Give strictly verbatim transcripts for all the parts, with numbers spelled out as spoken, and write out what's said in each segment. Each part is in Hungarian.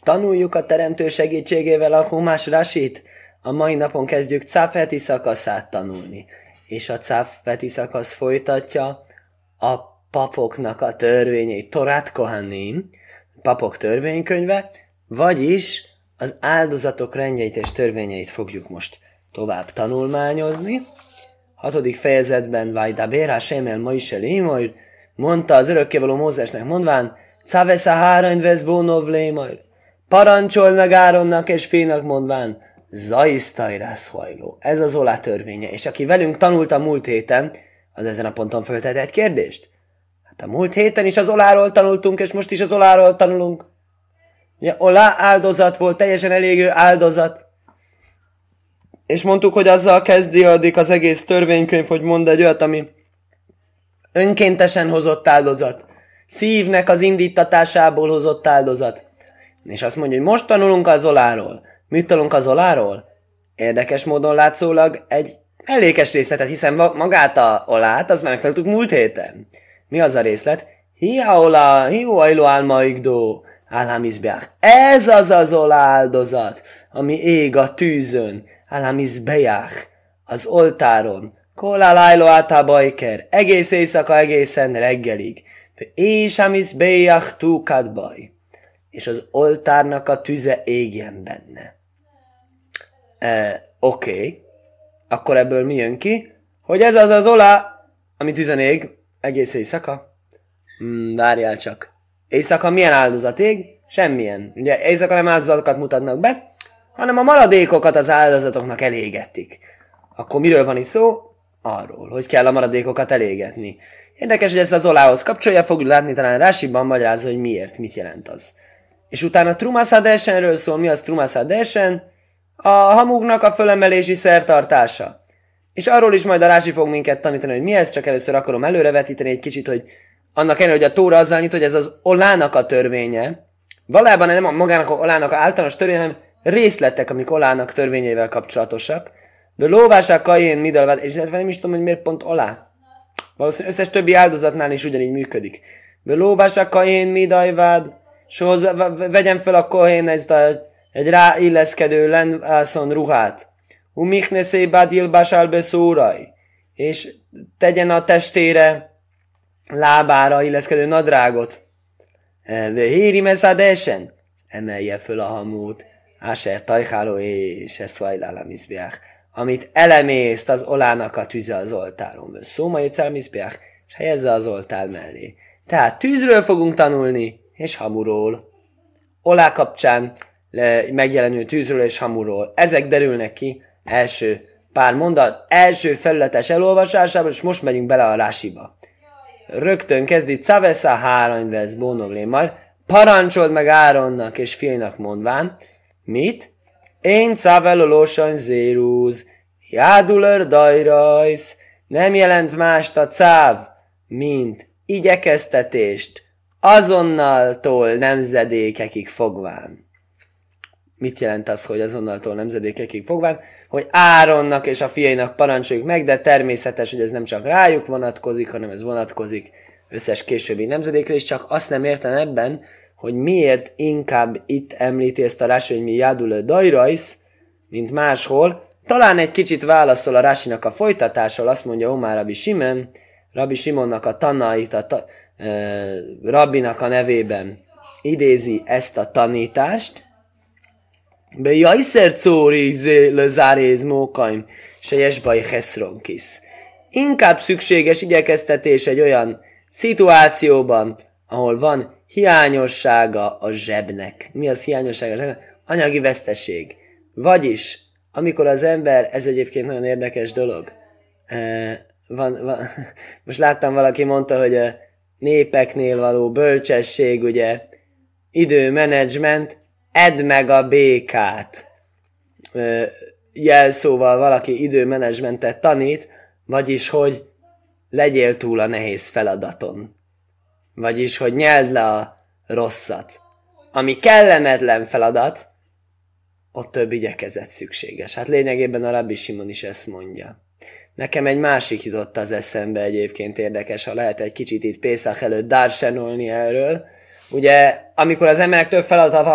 Tanuljuk a teremtő segítségével a Humás Rasit. A mai napon kezdjük Cáfeti szakaszát tanulni. És a Cáfeti szakasz folytatja a papoknak a törvényeit. Torát Kohanim, papok törvénykönyve, vagyis az áldozatok rendjeit és törvényeit fogjuk most tovább tanulmányozni. Hatodik fejezetben Vajdaber Hashem el Moise Lémajr, mondta az örökkévaló Mózesnek mondván, Cavesz a háranyt vesz bónov Lémajr, parancsold meg Áronnak és finak mondván, Zaisztajrász hajló. Ez az olá törvénye. És aki velünk tanult a múlt héten, az ezen a ponton föltett egy kérdést. Hát a múlt héten is az oláról tanultunk, és most is az oláról tanulunk. Ugye, olá áldozat volt, teljesen elégő áldozat. És mondtuk, hogy azzal kezdődik az egész törvénykönyv, hogy mond egy olyat, ami önkéntesen hozott áldozat. Szívnek az indítatásából hozott áldozat. És azt mondja, hogy most tanulunk az oláról. Mit tanulunk az oláról? Érdekes módon látszólag egy mellékes részletet, hiszen magát a olát, az már megtanultuk múlt héten. Mi az a részlet? Hiá olá, hiú ajló álmaigdó, álhámizbeach. Ez az az olá áldozat, ami ég a tűzön, álhámizbeach, az oltáron. Kolálájló átábajker, egész éjszaka egészen reggelig. És hámizbeach túkádbaj. És az oltárnak a tüze égjen benne. E, Oké. Okay. Akkor ebből mi jön ki? Hogy ez az az olá, ami tüzön ég, egész éjszaka. Hmm, várjál csak. Éjszaka milyen áldozat ég? Semmilyen. Ugye éjszaka nem áldozatokat mutatnak be, hanem a maradékokat az áldozatoknak elégettik. Akkor miről van itt szó? Arról, hogy kell a maradékokat elégetni. Érdekes, hogy ezt az olához kapcsolja, fogjuk látni, talán Rásiban magyarázza, hogy miért, mit jelent az. És utána Trumas Hadesenről szól, mi az Trumas Hadesen? A hamugnak a fölemelési szertartása. És arról is majd a Rási fog minket tanítani, hogy mi ez, csak először akarom előrevetíteni egy kicsit, hogy annak ellenére, hogy a Tóra azzal nyit, hogy ez az olának a törvénye. Valójában nem a magának a olának a általános törvénye, hanem részletek, amik olának törvényével kapcsolatosak. De lóvásák kajén midalvád, és nem is tudom, hogy miért pont olá. Valószínűleg összes többi áldozatnál is ugyanígy működik. De lóvásák kajén midalvád, és vegyem fel a kohén egy, egy ráilleszkedő lenvászon ruhát. Umichnesé badil basál beszóraj. És tegyen a testére, lábára illeszkedő nadrágot. De héri messzádesen. Emelje föl a hamut. Áser tajháló és eszvajlálá mizbeach. Amit elemészt az olának a tűze az oltáron. Szóma jöccel mizbeach. És helyezze az oltár mellé. Tehát tűzről fogunk tanulni, és hamuról. Olá kapcsán megjelenő tűzről és hamuról. Ezek derülnek ki első pár mondat, első felületes elolvasásából, és most megyünk bele a Rásiba. Rögtön kezdi Cavesza háranyvesz bónovlémar, parancsold meg Áronnak és fiainak mondván, mit? Én cavelolósan zérúz, jádulör dajrajsz, nem jelent mást a cáv, mint igyekeztetést, azonnaltól nemzedékekig fogván. Mit jelent az, hogy azonnaltól nemzedékekig fogván? Hogy Áronnak és a fiainak parancsoljuk meg, de természetes, hogy ez nem csak rájuk vonatkozik, hanem ez vonatkozik összes későbbi nemzedékre, és csak azt nem értem ebben, hogy miért inkább itt említi ezt a Rási, hogy mi jádul dajrajsz, mint máshol. Talán egy kicsit válaszol a Rásinak a folytatással, azt mondja Omár Rabbi Simon, Rabbi Simonnak a tanait, a ta, e, Rabbinak a nevében idézi ezt a tanítást. Be jajszer córi lezáréz mókaim, se jesbaj heszronkisz. Inkább szükséges igyekeztetés egy olyan szituációban, ahol van hiányossága a zsebnek. Mi az hiányossága a zsebnek? Anyagi veszteség. Vagyis, amikor az ember, ez egyébként nagyon érdekes dolog, e, van, van, most láttam valaki mondta, hogy a népeknél való bölcsesség, ugye, időmenedzsment, edd meg a békát. E, jelszóval valaki időmenedzsmentet tanít, vagyis, hogy legyél túl a nehéz feladaton. Vagyis, hogy nyeld le a rosszat. Ami kellemetlen feladat, ott több igyekezet szükséges. Hát lényegében a Rabbi Simon is ezt mondja. Nekem egy másik jutott az eszembe egyébként érdekes, ha lehet egy kicsit itt Pészach előtt dársenolni erről. Ugye, amikor az embernek több feladata van,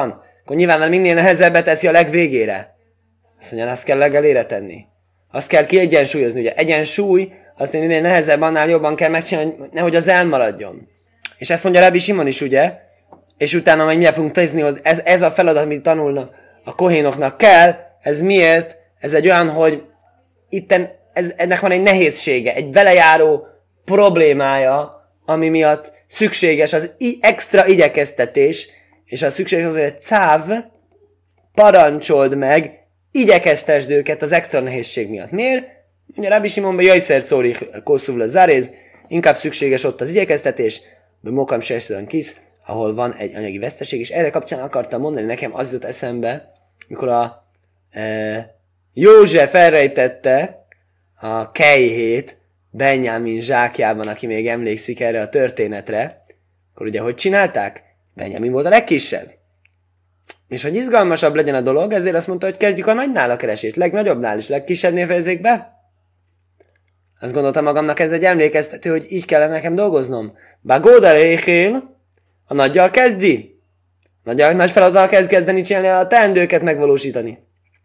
akkor nyilván minél nehezebbet teszi a legvégére. Azt mondja, azt kell legelére tenni. Azt kell kiegyensúlyozni, ugye egyensúly, azt minél nehezebb, annál jobban kell megcsinálni, nehogy az elmaradjon. És ezt mondja Rabbi Simon is, ugye? És utána majd mindjárt fogunk nézni, hogy ez, ez a feladat, amit tanulnak a kohénoknak kell, ez miért? Ez egy olyan, hogy itten, ez, ennek van egy nehézsége, egy velejáró problémája, ami miatt szükséges az i- extra igyekeztetés, és az szükséges az, hogy egy cáv parancsold meg, igyekeztesd őket az extra nehézség miatt. Miért? Mondja Rabbi Simonban, jajszer szóri kószuvla záréz, inkább szükséges ott az igyekeztetés, de mokam seszen kisz, ahol van egy anyagi veszteség, és erre kapcsán akartam mondani, nekem az jut eszembe, mikor a e, József elrejtette a kejhét Benjamin zsákjában, aki még emlékszik erre a történetre, akkor ugye hogy csinálták? Benjamin volt a legkisebb. És hogy izgalmasabb legyen a dolog, ezért azt mondta, hogy kezdjük a nagynál a keresést, legnagyobbnál is, legkisebbnél fejezzék be. Azt gondoltam magamnak, ez egy emlékeztető, hogy így kellene nekem dolgoznom. Bagóda réhél, a nagyjal kezdi. Nagy, nagy feladattal kezd kezdeni csinálni, a teendőket megvalósítani.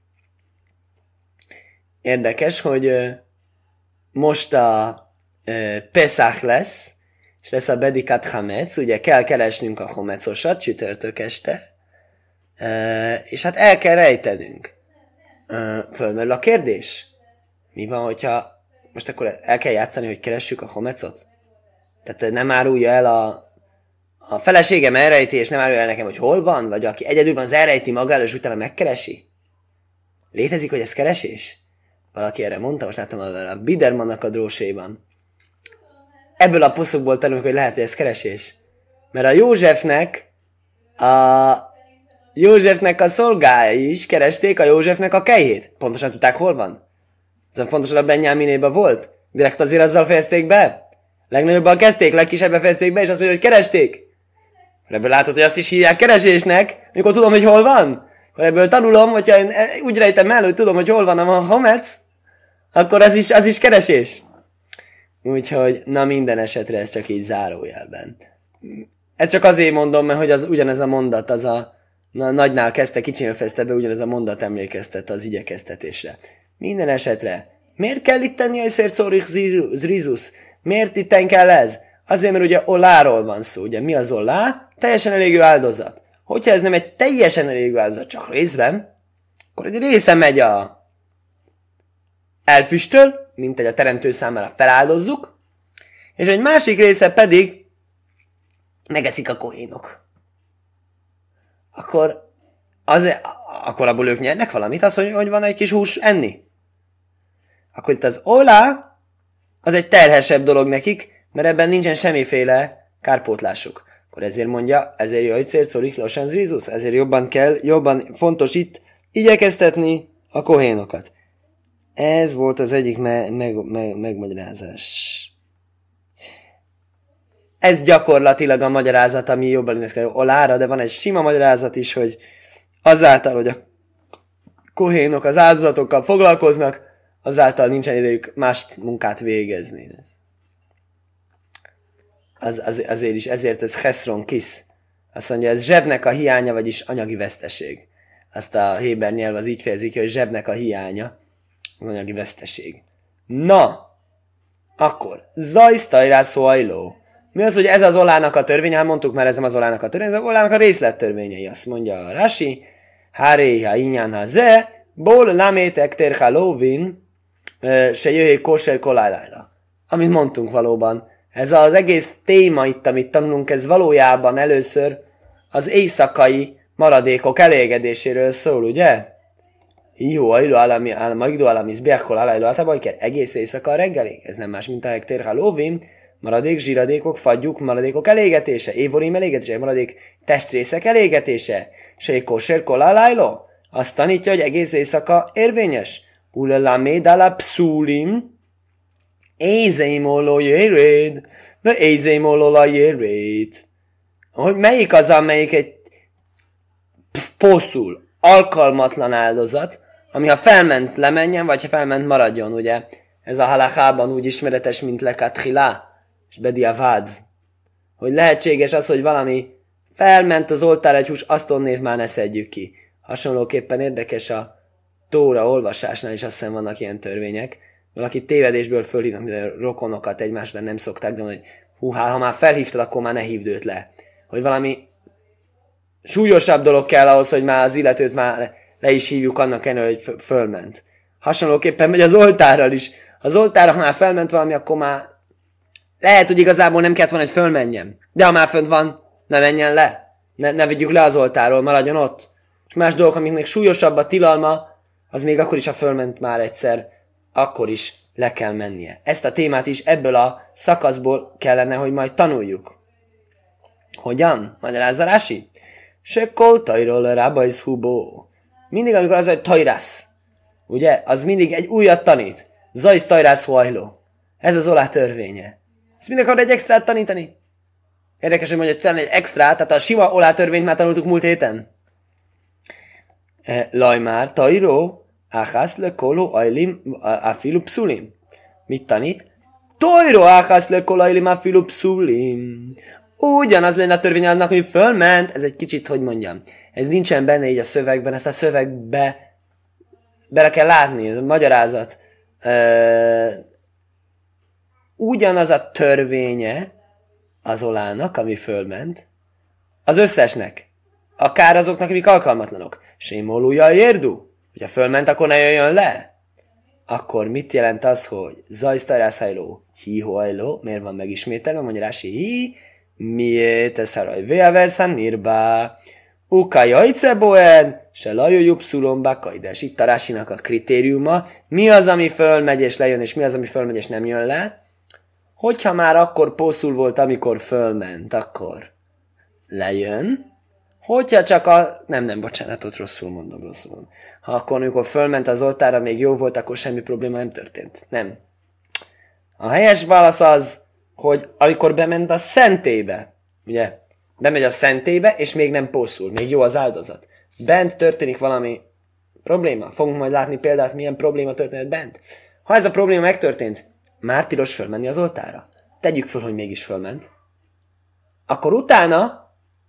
Érdekes, hogy most a Pesach lesz, és lesz a Bedikat Hametz, ugye kell keresnünk a Homecosat csütörtök este, és hát el kell rejtenünk. Fölmerül a kérdés. Mi van, hogyha most akkor el kell játszani, hogy keressük a Homecot? Tehát nem árulja el a a feleségem elrejti, és nem árulja el nekem, hogy hol van, vagy aki egyedül van, az elrejti maga elő, és utána megkeresi? Létezik, hogy ez keresés? Valaki erre mondta, most láttam a Bidermannak a dróséban. Ebből a poszokból tanuljuk, hogy lehet, hogy ez keresés. Mert a Józsefnek a Józsefnek a szolgái is keresték a Józsefnek a kejhét. Pontosan tudták, hol van? Ez pontosan a Benjaminében volt? Direkt azért azzal fejezték be? Legnagyobban kezdték, legkisebben fejezték be, és azt mondja, hogy keresték. Ebből látod, hogy azt is hívják keresésnek, amikor tudom, hogy hol van. Ha ebből tanulom, hogyha én úgy rejtem el, hogy tudom, hogy hol van a homec, akkor az is, az is keresés. Úgyhogy, na minden esetre ez csak így zárójelben. Ez csak azért mondom, mert hogy az ugyanez a mondat, az a na, nagynál kezdte, kicsinél fejezte be, ugyanez a mondat emlékeztet az igyekeztetésre. Minden esetre, miért kell itt tenni a szércórich zrizus? Miért itten kell ez? Azért, mert ugye oláról van szó. Ugye mi az olá? Teljesen elégő áldozat. Hogyha ez nem egy teljesen elégő áldozat, csak részben, akkor egy része megy a elfüstöl, mint egy a teremtő számára feláldozzuk, és egy másik része pedig megeszik a kohénok. Akkor, az, akkor abból ők nyernek valamit, az, hogy, hogy van egy kis hús enni. Akkor itt az olá, az egy terhesebb dolog nekik, mert ebben nincsen semmiféle kárpótlásuk. Akkor ezért mondja, ezért jó, hogy szércolik lassan zrizus, ezért jobban kell, jobban fontos itt igyekeztetni a kohénokat. Ez volt az egyik me- meg- meg- megmagyarázás. Ez gyakorlatilag a magyarázat, ami jobban illeszkedik olára, de van egy sima magyarázat is, hogy azáltal, hogy a kohénok az áldozatokkal foglalkoznak, azáltal nincsen idejük más munkát végezni. Az, az, azért is, ezért ez Heszron kisz. Azt mondja, ez zsebnek a hiánya, vagyis anyagi veszteség. Azt a héber nyelv az így fejezik ki, hogy zsebnek a hiánya, az anyagi veszteség. Na, akkor, zajsztajrászó ajló. Mi az, hogy ez az olának a törvény? Hát mondtuk már, ez nem az olának a törvény, ez az olának a részlettörvényei. Azt mondja a Rashi, Háré, ha inyán, ha ze, ból lamétek terha lóvin, se jöjjé kóser kolájlájra. Amit mondtunk valóban. Ez az egész téma itt, amit tanulunk, ez valójában először az éjszakai maradékok elégedéséről szól, ugye? Jó, ajló alami, alamaigdó alamis biakol alajló általában, hogy egész éjszaka a reggelig. Ez nem más, mint a hektérha lóvim, maradék zsíradékok, fagyjuk, maradékok elégetése, évorim elégetése, maradék testrészek elégetése, sékó, sérkol alajló. Azt tanítja, hogy egész éjszaka érvényes. Ulalaméd ala pszulim, ézeimoló jéréd, de ézeimoló jéréd. Hogy melyik az, amelyik egy poszul, alkalmatlan áldozat, ami ha felment lemenjen, vagy ha felment maradjon, ugye? Ez a halachában úgy ismeretes, mint lekathilá, és bediavad. Hogy lehetséges az, hogy valami Felment az oltár egy hús, azt onnét már ne szedjük ki. Hasonlóképpen érdekes a Tóra olvasásnál is, azt hiszem vannak ilyen törvények. Valaki tévedésből fölhívnak, mint a rokonokat egymásra nem szokták, de hogy hú, hát, ha már felhívtad, akkor már ne hívd őt le. Hogy valami súlyosabb dolog kell ahhoz, hogy már az illetőt már le is hívjuk annak ellenére, hogy fölment. Hasonlóképpen megy az oltárral is. Az oltárra, ha már felment valami, akkor már lehet, hogy igazából nem kellett volna, hogy fölmenjen. De ha már fönt van, ne menjen le. Ne, ne vigyük le az oltárról, maradjon ott. És más dolgok, amiknek súlyosabb a tilalma, az még akkor is, ha fölment már egyszer, akkor is le kell mennie. Ezt a témát is ebből a szakaszból kellene, hogy majd tanuljuk. Hogyan? Magyarázza Rási? Se kol tajról rábajz hubó. Mindig, amikor az, hogy tajrász, ugye, az mindig egy újat tanít. Zajsz tajrász huajló. Ez az olá törvénye. Ezt mindig akar egy extrát tanítani? Érdekes, hogy mondja, talán egy extrát, tehát a sima olá törvényt már tanultuk múlt héten. Lajmár tajró, áhász le koló ajlim afilu pszulim. Mit tanít? Tajró, áhász le koló ajlim afilu pszulim. Ugyanaz lenne a törvény annak, hogy fölment, ez egy kicsit, hogy mondjam, ez nincsen benne így a szövegben, ezt a szövegbe bele kell látni, ez a magyarázat. Ö, ugyanaz a törvénye az olának, ami fölment, az összesnek, akár azoknak, amik alkalmatlanok. Sémolúja érdu, hogyha fölment, akkor ne jöjjön le. Akkor mit jelent az, hogy zajsztajrászajló, híhojló, miért van megismételve, mondja Rási, hí, miért ez a rajvével nirba, uka jajceboen, se lajojubb szulomba kajdes. Itt a Rásinak a kritériuma, mi az, ami fölmegy és lejön, és mi az, ami fölmegy és nem jön le. Hogyha már akkor pószul volt, amikor fölment, akkor lejön. Hogyha csak a... Nem, nem, bocsánat, ott rosszul mondom, rosszul mondom. Ha akkor, amikor fölment az oltára, még jó volt, akkor semmi probléma nem történt. Nem. A helyes válasz az, hogy amikor bement a szentélybe, ugye, bemegy a szentélybe, és még nem pószul, még jó az áldozat. Bent történik valami probléma. Fogunk majd látni példát, milyen probléma történt bent. Ha ez a probléma megtörtént, már tilos fölmenni az oltára. Tegyük föl, hogy mégis fölment. Akkor utána,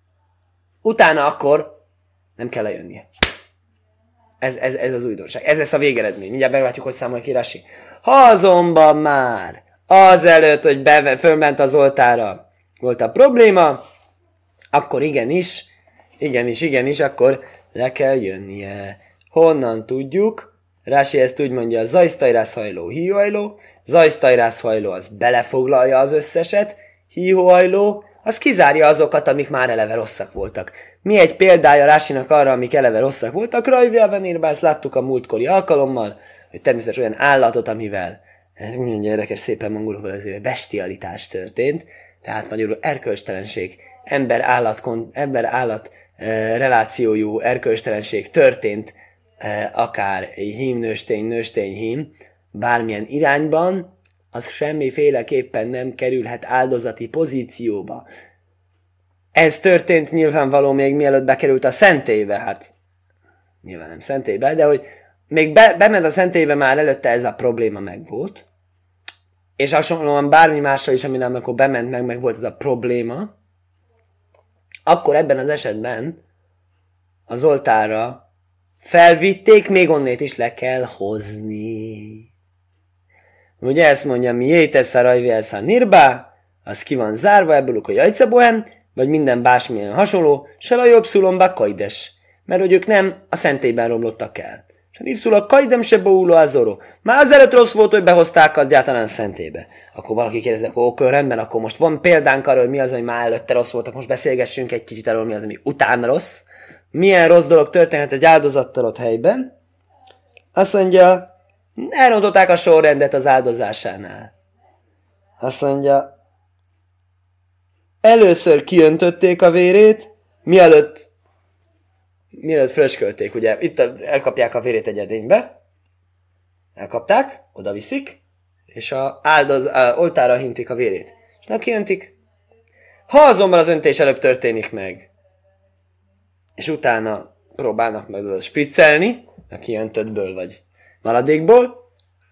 utána akkor nem kell lejönnie. Ez, ez, ez az újdonság. Ez lesz a végeredmény. Mindjárt meglátjuk, hogy számol ki Rási. Ha azonban már azelőtt, hogy be, fölment az oltára, volt a probléma, akkor igenis, igenis, igenis, akkor le kell jönnie. Honnan tudjuk? Rási ezt úgy mondja, zajsztajrász hajló, híhajló, zajsztajrász hajló az belefoglalja az összeset, híhajló az kizárja azokat, amik már eleve rosszak voltak. Mi egy példája Rásinak arra, amik eleve rosszak voltak? Rajvélven írva, ezt láttuk a múltkori alkalommal, hogy természetesen olyan állatot, amivel úgy érdekes szépen mongolul, hogy bestialitás történt, tehát magyarul erkölcstelenség, ember-állat, ember-állat e, relációjú erkölcstelenség történt, e, akár hím, nőstény, nőstény, hím, bármilyen irányban, az semmiféleképpen nem kerülhet áldozati pozícióba. Ez történt nyilvánvaló még mielőtt bekerült a szentélybe, hát nyilván nem szentélybe, de hogy még be, bement a szentélybe, már előtte ez a probléma megvolt, és hasonlóan bármi másra is, ami nem akkor bement meg, meg volt ez a probléma, akkor ebben az esetben az oltárra felvitték, még onnét is le kell hozni. Ugye ezt mondja, mi jétesz a rajvélsz a nirba, az ki van zárva ebből a jajcabohem, vagy minden básmilyen hasonló, se a jobb szulomba kajdes, mert hogy ők nem a szentélyben romlottak el. És a nívszul a kajdem se bóuló az oró. Már azelőtt rossz volt, hogy behozták egyáltalán szentélybe. Akkor valaki kérdeznek, ó, akkor rendben, akkor most van példánk arra, hogy mi az, ami már előtte rossz voltak, most beszélgessünk egy kicsit arról, mi az, ami után rossz. Milyen rossz dolog történhet egy áldozattal ott helyben. Azt mondja, elrontották a sorrendet az áldozásánál. Azt mondja, először kiöntötték a vérét, mielőtt mielőtt fröskölték, ugye, itt elkapják a vérét egy edénybe, elkapták, oda viszik, és a áldoz, a oltára hintik a vérét. És nem kiöntik. Ha azonban az öntés előbb történik meg, és utána próbálnak meg spriccelni, a kiöntöttből vagy maradékból,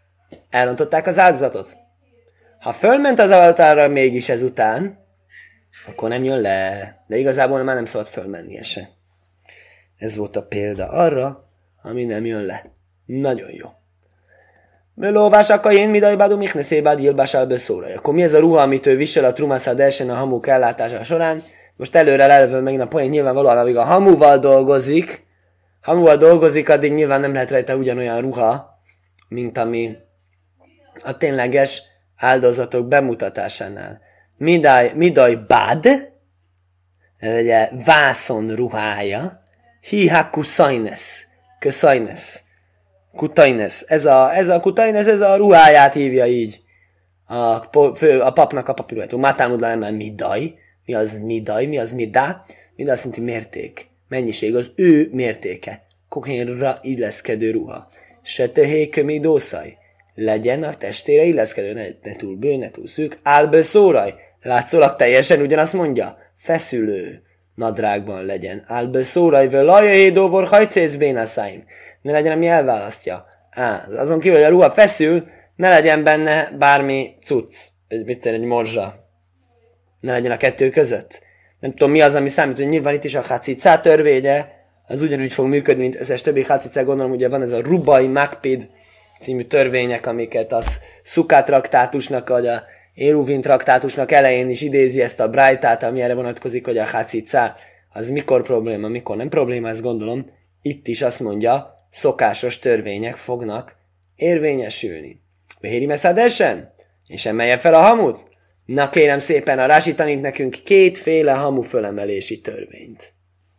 elrontották az áldozatot. Ha fölment az oltára mégis ezután, akkor nem jön le. De igazából már nem szabad fölmennie se. Ez volt a példa arra, ami nem jön le. Nagyon jó. Mölóvás akajén midaj bádó mihneszébád jilbásál beszóra. Akkor mi ez a ruha, amit ő visel a trumászád elsőn a hamuk ellátása során? Most előre lelövöm megint a poén, nyilvánvalóan, amíg a hamuval dolgozik, hamuval dolgozik, addig nyilván nem lehet rajta ugyanolyan ruha, mint ami a tényleges áldozatok bemutatásánál. Midaj, midaj bad, ugye vászon ruhája, hiha kuszajnesz, kuszajnesz, kutainesz. Ez a, ez a kutainesz, ez a ruháját hívja így a, fő, a papnak a papíruhajtó. Mátámudla nem midaj. Mi az midaj? Mi az midá? Midá azt jelenti mérték. Mennyiség, az ő mértéke. Kokénra illeszkedő ruha. Se töhékömi dószaj. Legyen a testére illeszkedő, ne, ne túl bő, ne túl szűk. Álből szóraj. Látszólag teljesen ugyanazt mondja. Feszülő nadrágban legyen. Álből szóraj, vő lajahé dóvor hajcész bénaszáim. Ne legyen, ami elválasztja. Á, azon kívül, hogy a ruha feszül, ne legyen benne bármi cucc. Egy, mit egy morzsa. Ne legyen a kettő között. Nem tudom, mi az, ami számít, hogy nyilván itt is a hacicá törvénye, az ugyanúgy fog működni, mint összes többi hacicá, gondolom, ugye van ez a Rubai Makpid című törvények, amiket az Szukát traktátusnak, vagy a Éruvin traktátusnak elején is idézi ezt a brájtát, ami erre vonatkozik, hogy a hacicá az mikor probléma, mikor nem probléma, ezt gondolom. Itt is azt mondja, szokásos törvények fognak érvényesülni. Véri meszádesen? És emelje fel a hamut? Na kérem szépen, a Rási tanít nekünk kétféle hamu fölemelési törvényt.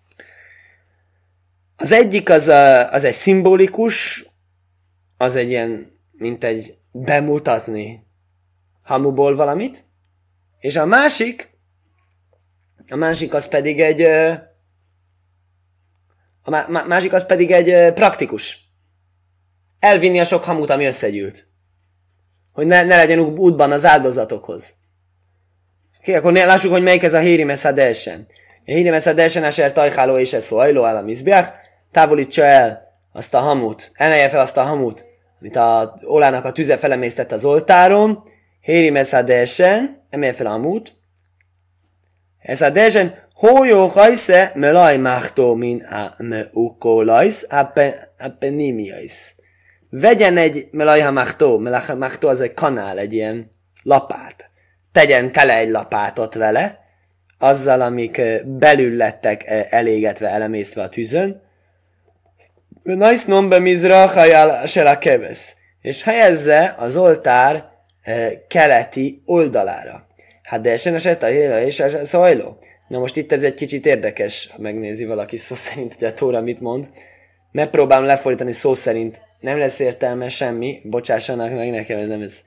Az egyik az, a, az egy szimbolikus, az egy ilyen, mint egy bemutatni hamuból valamit, és a másik, a másik az pedig egy, a másik az pedig egy praktikus. Elvinni a sok hamut, ami összegyűlt. Hogy ne, ne legyen útban az áldozatokhoz. Oké, okay, akkor lássuk, hogy melyik ez a héri meszadesen. A héri meszadesen eser tajháló és ez szó áll a mizbiach, távolítsa el azt a hamut, emelje fel azt a hamut, amit a olának a tüze felemésztett az oltáron, héri meszadesen, emelje fel a hamut, ez a desen, hójó hajsze, melaj máhtó min a meukólajsz, a penimiajsz. Vegyen egy melajha máhtó, melajha máhtó az egy kanál, egy ilyen lapát. Tegyen tele egy lapátot vele, azzal, amik belül lettek elégetve, elemésztve a tűzön. Najsz nombe mizra hajál se a kevesz. És helyezze az oltár keleti oldalára. Hát de esen eset a héla és a szajló. Na most itt ez egy kicsit érdekes, ha megnézi valaki szó szerint, hogy a Tóra mit mond. Megpróbálom lefordítani szó szerint. Nem lesz értelme semmi. Bocsássanak meg nekem, nem ez.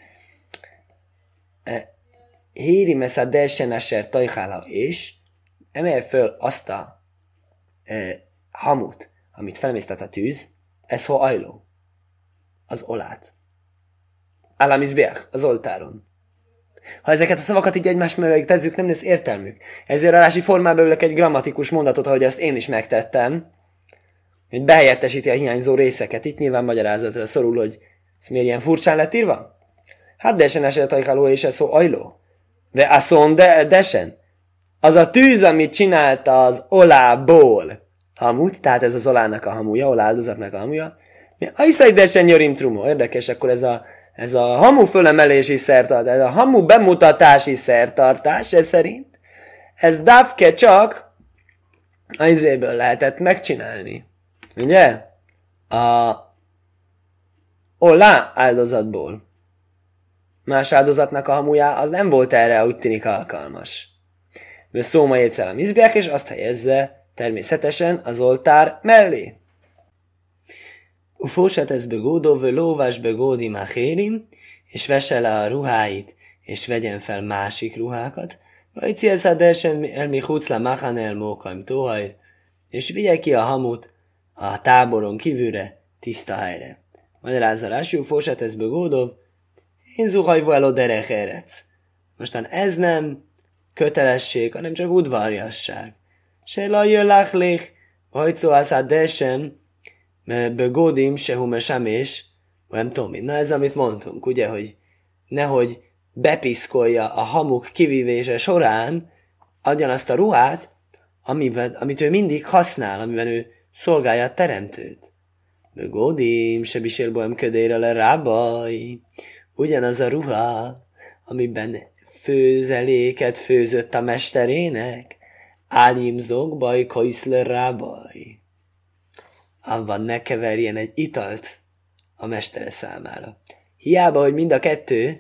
Héri mesza dersen eser tajhála és emelj föl azt a e, hamut, amit felmésztett a tűz, ez ho ajló. Az olát. Alamizbeach, az oltáron. Ha ezeket a szavakat így egymás mellé tezzük, nem lesz értelmük. Ezért a Rási formába ülök egy grammatikus mondatot, ahogy azt én is megtettem, hogy behelyettesíti a hiányzó részeket. Itt nyilván magyarázatra szorul, hogy ez miért ilyen furcsán lett írva? Hát desen eset tajháló és ez ho ajló. De asszon de, desen. Az a tűz, amit csinálta az olából hamut, tehát ez az olának a hamuja, oláldozatnak a hamuja. Ajszaj desen jörim trumo. Érdekes, akkor ez a, ez a hamu fölemelési szertartás, ez a hamu bemutatási szertartás, ez szerint, ez dafke csak az izéből lehetett megcsinálni. Ugye? A olá áldozatból. Más áldozatnak a hamuja, az nem volt erre, úgy tűnik alkalmas. De szóma jétszel a mizbiach, és azt helyezze természetesen az oltár mellé. Ufósát ez begódó, lóvás begódi máhérim, és vesse le a ruháit, és vegyen fel másik ruhákat, vagy célszádersen el mi hucla machan el mókaim tóhajr, és vigye ki a hamut a táboron kívülre, tiszta helyre. Magyarázza Rási, ufósát ez begódó, én zuhajvó eló derech erec. Mostan ez nem kötelesség, hanem csak udvarjasság. Se lajjön láchlék, hajtszó ászát desem, begódim se humesem nem tudom, na ez amit mondtunk, ugye, hogy nehogy bepiszkolja a hamuk kivívése során adjon azt a ruhát, amivel, amit ő mindig használ, amivel ő szolgálja a teremtőt. Begódim, se bisél bohem ködére le rábaj. Ugyanaz a ruha, amiben főzeléket főzött a mesterének, áljim zogbaj, kajszle rábaj. Abban ne keverjen egy italt a mestere számára. Hiába, hogy mind a kettő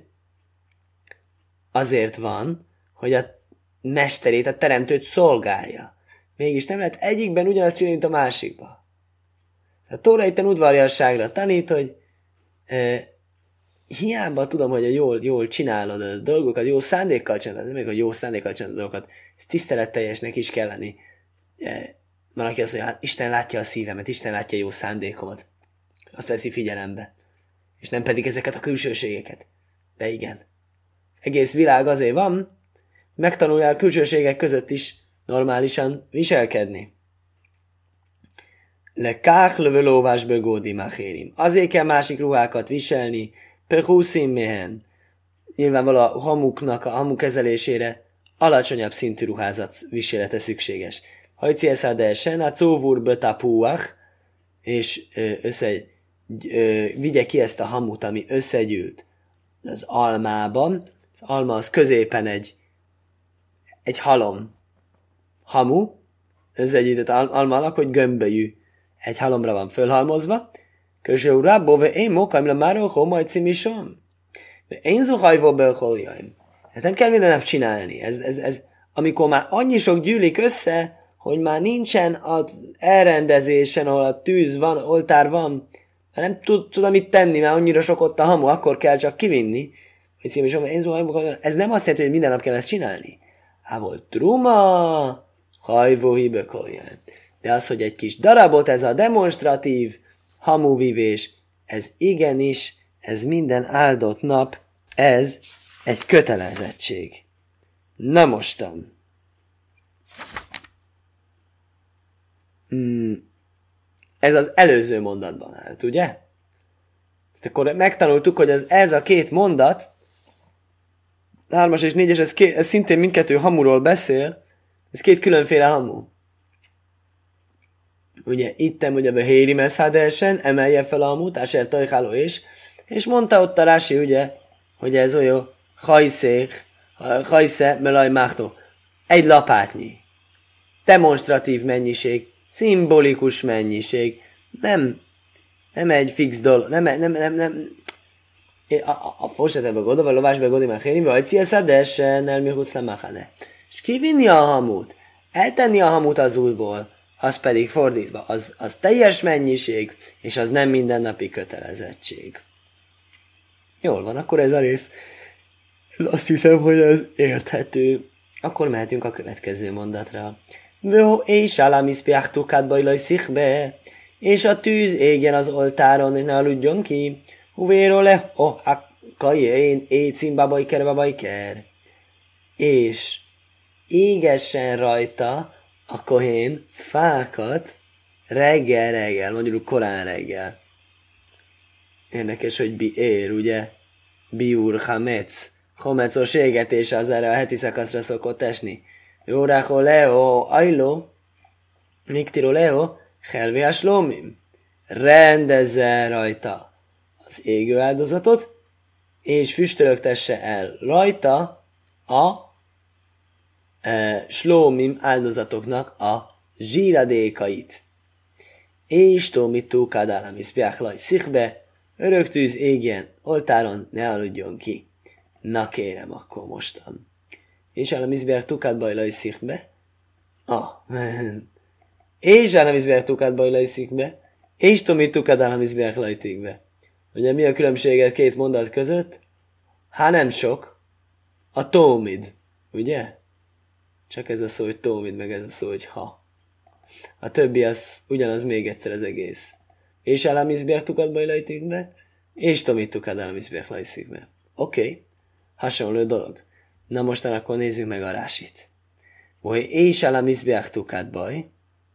azért van, hogy a mesterét, a teremtőt szolgálja. Mégis nem lehet egyikben ugyanazt csinálni, mint a másikban. A Tóra itten udvariasságra tanít, hogy e, hiába tudom, hogy a jól, jól csinálod a dolgokat, jó szándékkal csinálod, nem még, hogy jó szándékkal csinálod a dolgokat, ez tiszteletteljesnek is kell lenni. E, van, aki azt mondja, hát Isten látja a szívemet, Isten látja a jó szándékomat. Azt veszi figyelembe. És nem pedig ezeket a külsőségeket. De igen. Egész világ azért van, megtanuljál külsőségek között is normálisan viselkedni. Lekách lövelóvás begódi machérim. Azért kell másik ruhákat viselni, pehuszim mehen. Nyilvánvalóan a hamuknak, a hamu kezelésére alacsonyabb szintű ruházat viselete szükséges. Hajci eszádesen, a cóvur bötapúach, és össze, ö, vigye ki ezt a hamut, ami összegyűlt az almában. Az alma az középen egy, egy halom hamu, összegyűjtött alma alak, hogy gömbölyű egy halomra van fölhalmozva. Köső rábó, ve én mokam le már a homaj cimisom. Én zuhajvó belholjaim. Ezt nem kell minden nap csinálni. Ez, ez, ez, amikor már annyi sok gyűlik össze, hogy már nincsen az elrendezésen, ahol a tűz van, oltár van, már nem tud, tudom mit tenni, mert annyira sok ott a hamu, akkor kell csak kivinni. Ez nem azt jelenti, hogy minden nap kell ezt csinálni. Há volt truma, hajvó hibökolján. De az, hogy egy kis darabot, ez a demonstratív hamuvívés, ez igenis, ez minden áldott nap, ez egy kötelezettség. Na mostan. Hmm. Ez az előző mondatban állt, ugye? Akkor megtanultuk, hogy ez, ez a két mondat, hármas és négyes, ez, két, ez szintén mindkettő hamuról beszél, ez két különféle hamu. Ugye, ittem, ugye, a héri messzádesen, emelje fel a hamut, áser tajháló és, és mondta ott a Rási, ugye, hogy ez olyan hajszék, hajsze, melaj máhtó. Egy lapátnyi. Demonstratív mennyiség, szimbolikus mennyiség, nem, nem egy fix dolog, nem, nem, nem, nem, a, a, a fosletebe godova, lovásbe godi már hérim, vagy cieszadesen, elmihutsz lemachane. És kivinni a hamut, eltenni a hamut az útból, az pedig fordítva, az, az teljes mennyiség, és az nem mindennapi kötelezettség. Jól van, akkor ez a rész, ez azt hiszem, hogy ez érthető. Akkor mehetünk a következő mondatra. Vő és alámiszpiachtukát bajlaj szichbe, és a tűz égjen az oltáron, ne aludjon ki. Huvéro le, oh, a kajén, écim babajker, babajker. És égessen rajta a kohén fákat reggel-reggel, mondjuk korán reggel. Érdekes, hogy bi ér, ugye? Biur hametz. Homecos égetése az erre a heti szakaszra szokott esni. Jóráko leo, ajló, niktiro leo, helviás lómim. Rendezze rajta az égő áldozatot, és füstölögtesse el rajta a e, slómim áldozatoknak a zsíradékait. És tómitú kádállam iszpiáklaj szikbe, örök tűz égjen, oltáron ne aludjon ki. Na kérem, akkor mostan. És állam izbér tukát bajlaj szikbe. Ah, és állam izbér tukát bajlaj szikbe. És tomi tukát állam izbér lajtikbe. Ugye mi a különbséget két mondat között? Hát nem sok. A tómid. Ugye? Csak ez a szó, hogy tómid, meg ez a szó, hogy ha. A többi az ugyanaz még egyszer az egész. És állam izbér tukát bajlaj szikbe. És tomi tukát állam izbér lajtikbe. Oké. Okay. Hasonló dolog. Na mostan akkor nézzük meg a Rásit. Hogy és el a mizbeachtukát baj.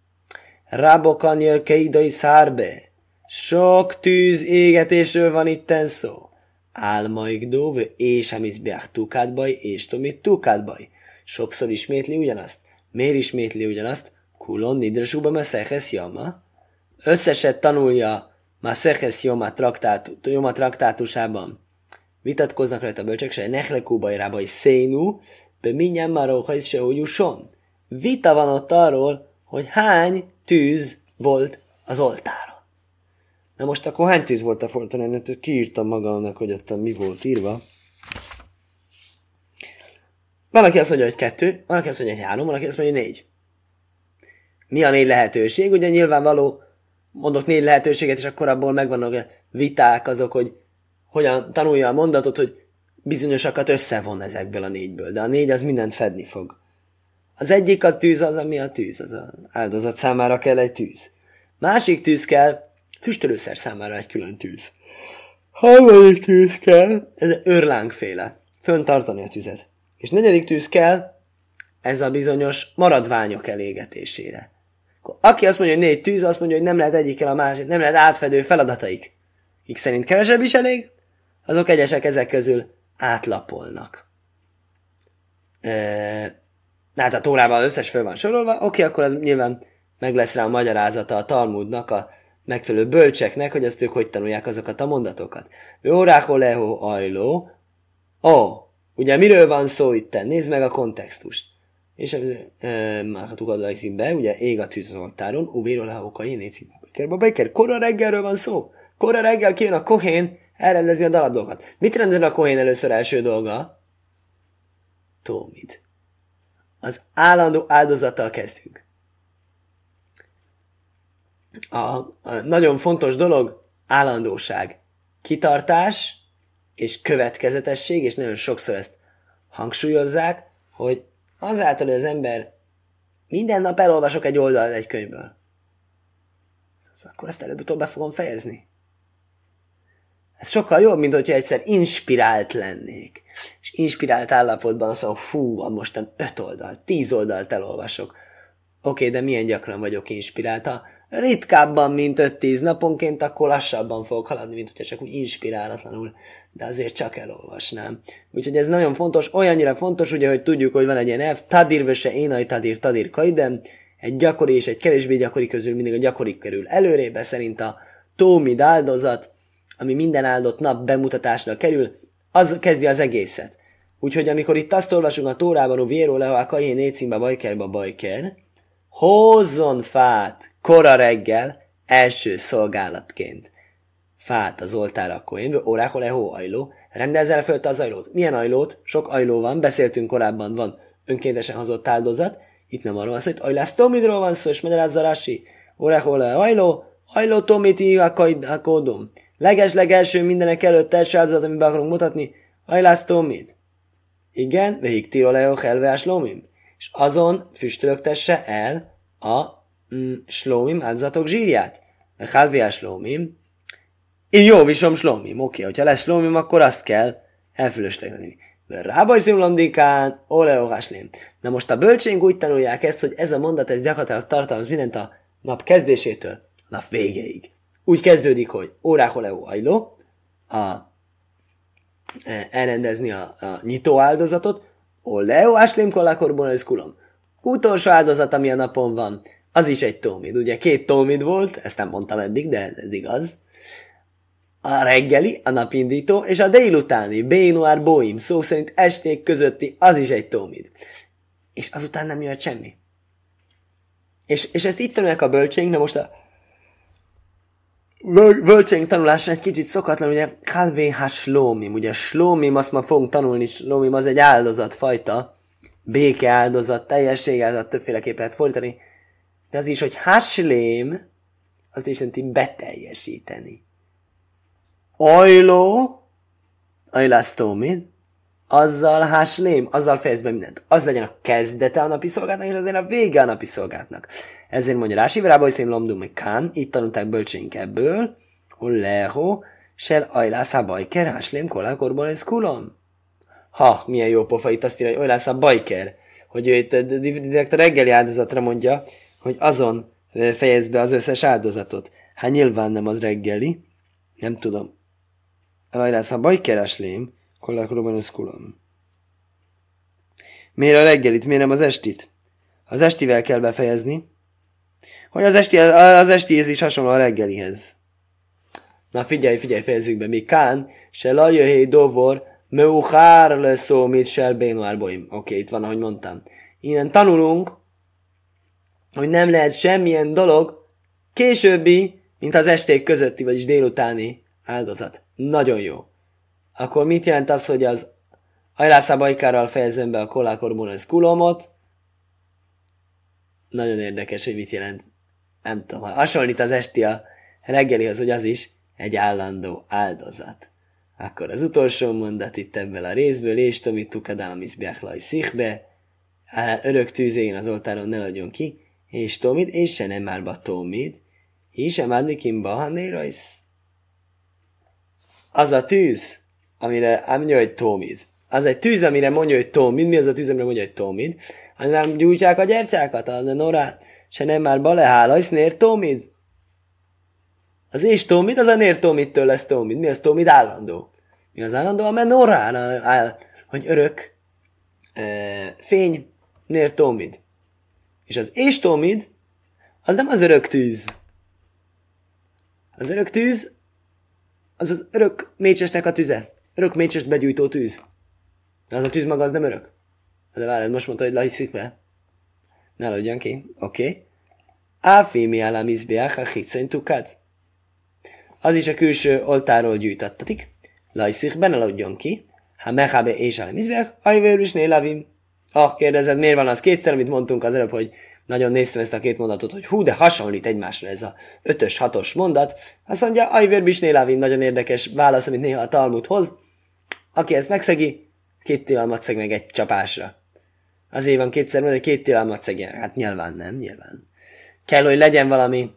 Rabokanya keidai szárbe. Sok tűz égetésről van itten szó. Álmaik dóvő és a mizbeachtukát baj, és tomit tukát baj. sokszor ismétli ugyanazt. Miért ismétli ugyanazt? Kulon nidresúba Maseches Yoma. Összeset tanulja Maseches Yoma, traktát, Yoma traktátusában. Vitatkoznak rajta a bölcsek, se nechlekúbai rábai szénú, be minnyán maróha is se úgyuson. Vita van ott arról, hogy hány tűz volt az oltáron. Na most akkor hány tűz volt a oltáron? Kiírtam magamnak, hogy ott mi volt írva. Van, aki azt mondja, hogy kettő, van, aki azt mondja, hogy három, van, aki azt mondja, hogy négy. Mi a négy lehetőség? Ugye nyilvánvaló, mondok négy lehetőséget, és akkor abból megvannak a viták azok, hogy hogyan tanulja a mondatot, hogy bizonyosakat összevon ezekből a négyből, de a négy az mindent fedni fog. Az egyik az tűz, az ami a tűz, az a áldozat számára kell egy tűz. Másik tűz kell, füstölőszer számára egy külön tűz. Harmadik tűz kell, ez őrlángféle, föntartani a tüzet. És negyedik tűz kell, ez a bizonyos maradványok elégetésére. Aki azt mondja, hogy négy tűz, azt mondja, hogy nem lehet egyikkel a másik, nem lehet átfedő feladataik. Kik szerint kevesebb is elég, azok egyesek ezek közül átlapolnak. E- hát a Tórában összes föl van sorolva, oké, akkor az nyilván meg lesz rá a magyarázata a Talmudnak, a megfelelő bölcseknek, hogy ezt ők hogy tanulják azokat a mondatokat. Óráho leho ajló, ó, ugye miről van szó itten? Nézd meg a kontextust. És e, már ha tukadlaikszik be, ugye ég a tűz az oltáron, uvéről leho én éjszín Beker, Beker, kora reggelről van szó. Kora reggel kijön a kohén elrendezni a daladolgat. Mit rendel a kohén először első dolga? Tómid. Az állandó áldozattal kezdünk. A, a nagyon fontos dolog állandóság, kitartás és következetesség, és nagyon sokszor ezt hangsúlyozzák, hogy azáltal, hogy az ember minden nap elolvasok egy oldalt egy könyvből, akkor ezt előbb-utóbb be fogom fejezni. Ez sokkal jobb, mint hogyha egyszer inspirált lennék. És inspirált állapotban azt mondom, fú, mostan öt oldalt, tíz oldalt elolvasok. Oké, de milyen gyakran vagyok inspirált? Ha ritkábban, mint öt-tíz naponként, akkor lassabban fogok haladni, mint hogyha csak úgy inspirálatlanul, de azért csak elolvasnám. Úgyhogy ez nagyon fontos, olyannyira fontos, ugye, hogy tudjuk, hogy van egy ilyen elv, tadir vese énai tadir tadir kaidem, egy gyakori és egy kevésbé gyakori közül mindig a gyakori kerül előrébe, szerint a tómid áldozat, ami minden áldott nap bemutatásra kerül, az kezdi az egészet. Úgyhogy amikor itt azt olvasunk a Tórában, hogy Viero Leo a Kahén Nécimba Bajkerba Bajker, hozzon fát kora reggel első szolgálatként. Fát az oltára a Kohén, óráhol ehó ajló, rendelz el fölte az ajlót. Milyen ajlót? Sok ajló van, beszéltünk korábban, van önkéntesen hozott áldozat, itt nem arról van szó, hogy ajlász tomidról van szó, és magyarázza Rási, óráhol ehó ajló, ajló tomiti a kódom. Leges-legelső mindenek előtt első áldozat, amiben akarunk mutatni, ajlász tomid. Igen, végig tiroleo helveás lomim. És azon füstölögtesse el a mm, slómim áldozatok zsírját. A helveás slómim. Én jó visom slómim. Oké, hogyha lesz slómim, akkor azt kell elfülöslegni. Rábajszimlomdikán, oleoháslém. Na most a bölcsénk úgy tanulják ezt, hogy ez a mondat, ez gyakorlatilag tartalmaz mindent a nap kezdésétől a nap végéig. Úgy kezdődik, hogy óráholeo ajló, a, e, elrendezni a, a nyitó áldozatot, oleo áslém kollakorból ez kulom. Utolsó áldozat, ami a napon van, az is egy tómid. Ugye két tómid volt, ezt nem mondtam eddig, de ez igaz. A reggeli, a napindító, és a délutáni, bénuár bóim, szó szerint esték közötti, az is egy tómid. És azután nem jött semmi. És, és ezt itt tanulják a bölcsénk, de most a bölcsénk tanulása egy kicsit szokatlan, ugye, halvéhá slómim, ugye slómim, azt már fogunk tanulni, slómim az egy áldozatfajta, béke áldozat, teljesség áldozat, többféleképp lehet fordítani, de az is, hogy haslém, azt is jelenti beteljesíteni. Ajló, ajlasztómid, azzal haslém, azzal fejez be mindent. Az legyen a kezdete a napi szolgálatnak, és azért a vége a napi szolgálatnak. Ezért mondja Rási, Rába iszém lomdum meg kán, itt tanulták bölcsénk ebből, hol leho, sel ajlász a bajker, haslém kollakorból ez kulom. Ha, milyen jó pofa, itt azt írja, hogy ajlász a bajker, hogy ő itt direkt a reggeli áldozatra mondja, hogy azon fejez be az összes áldozatot. Hát nyilván nem az reggeli, nem tudom. Ajlász a bajker, haslém, kollakorból ez kulom. Miért a reggelit, miért nem az estit? Az estivel kell befejezni. Hogy az, esti, az estihez is hasonló a reggelihez. Na figyelj, figyelj, fejezzük be. Mi kán, se lajöhé dovor, meuchár leszó, mit sel bénuárboim. Oké, itt van, ahogy mondtam. Innen tanulunk, hogy nem lehet semmilyen dolog későbbi, mint az esték közötti, vagyis délutáni áldozat. Nagyon jó. Akkor mit jelent az, hogy az ajlászabajkárral fejezem be a kolákorbonus kulomot? Nagyon érdekes, hogy mit jelent. Nem tudom, hasonlít az esti a reggelihoz, hogy az is egy állandó áldozat. Akkor az utolsó mondat itt ebből a részből, és tomit tukadál a miszbiáklaj szichbe, örök tűzén az oltáron ne adjon ki, és tomid, és se nem márba tomid, és sem adlikim bahanérajsz. Az a tűz, amire mondja, hogy tomid. Az egy tűz, amire mondja, hogy tomid. Mi az a tűz, amire mondja, hogy tomid? Hanem gyújtják a gyertyákat, a norát, se nem már balehálajsz, nér tomid. Az és tomid, az a nér tomidtől lesz tomid. Mi az tomid? Állandó. Mi az állandó? A menorán, áll, hogy örök e, fény, nér tomid. És az és tomid, az nem az örök tűz. Az örök tűz, az az örök mécsesnek a tüze. Örök mécsest begyújtó tűz. De az a tűz maga az nem örök. De várjad, most mondta, hogy lahiszik be. Ne lódjan ki. Oké. Okay. Áfémi állám izbiák, a hitszeny tukát. Az is a külső oltáról gyűjtöttetik. Lahiszik be, ne lódjon ki. Ha mehábe és állám izbiák, ajvér is nélavim. Ah, kérdezed, miért van az kétszer, amit mondtunk az előbb, hogy nagyon néztem ezt a két mondatot, hogy hú, de hasonlít egymásra ez a ötös, hatos mondat. Azt mondja, ajvér bisnélávin, nagyon érdekes válasz, amit néha a Talmud hoz. Aki ezt megszegi, két tilalmat szeg meg egy csapásra. Azért van kétszer mondja, hogy két tilalmat szegjen. Hát nyilván nem, nyilván. Kell, hogy legyen valami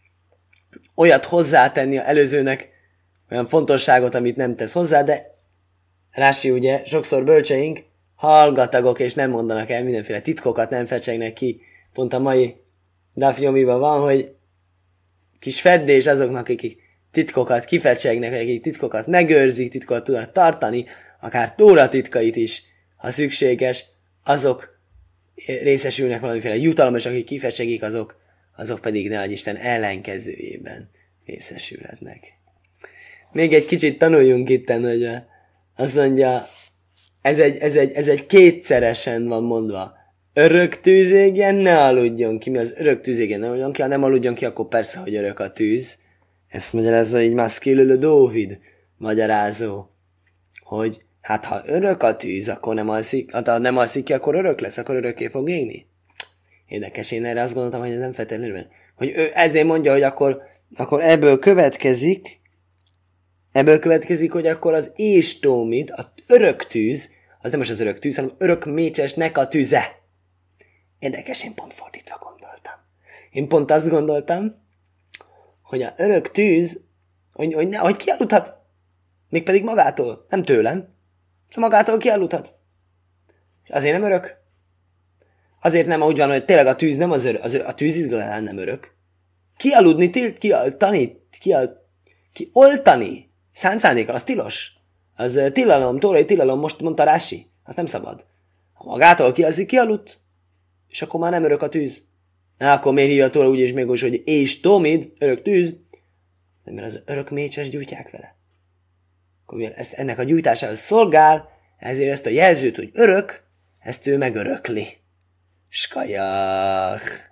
olyat hozzátenni az előzőnek, olyan fontosságot, amit nem tesz hozzá, de Rási ugye, sokszor bölcseink hallgatagok, és nem mondanak el mindenféle titkokat, nem fecsegnek ki. Pont a mai dafjomiban van, hogy kis feddés azoknak, akik titkokat kifecsegnek, akik titkokat megőrzik, titkokat tudnak tartani, akár Tóra titkait is, ha szükséges, azok részesülnek valamiféle jutalom, és akik kifecsegik, azok, azok pedig ne adj Isten ellenkezőjében részesülhetnek. Még egy kicsit tanuljunk itten, hogy azt mondja, ez egy, ez egy, ez egy kétszeresen van mondva. Örök tűz égjen, ne aludjon ki. Mi az örök tűz égjen, ne aludjon ki? Ha nem aludjon ki, akkor persze, hogy örök a tűz. Ezt magyarázza így Maszkélölő Dóvid magyarázó, hogy hát ha örök a tűz, akkor nem alszik, ha nem alszik ki, akkor örök lesz, akkor örökké fog égni. Érdekes, én erre azt gondoltam, hogy ez nem feltétlenül. Hogy ő ezért mondja, hogy akkor, akkor ebből következik, ebből következik, hogy akkor az éstómid, a örök tűz, az nem most az örök tűz, hanem örök mécsesnek a tüze. Érdekes, én pont fordítva gondoltam. Én pont azt gondoltam, hogy a örök tűz, hogy, hogy, ne, hogy kialudhat, mégpedig magától, nem tőlem. Szóval magától kialudhat. Azért nem örök. Azért nem úgy van, hogy tényleg a tűz nem az örök, az, a tűz izgalán nem örök. Kialudni, tilt, kialtani, kial, kioltani, szánt szándékkal, az tilos. Az tilalom, tórai tilalom, most mondta Rási, az nem szabad. Ha magától kialszik, kialudt, és akkor már nem örök a tűz. Na, akkor miért hívja a Tóra úgy és még úgy, hogy és tomid, örök tűz, mert az örök mécses gyújtják vele. Akkor ezt, ennek a gyújtásához szolgál, ezért ezt a jelzőt, hogy örök, ezt ő megörökli. Skajach!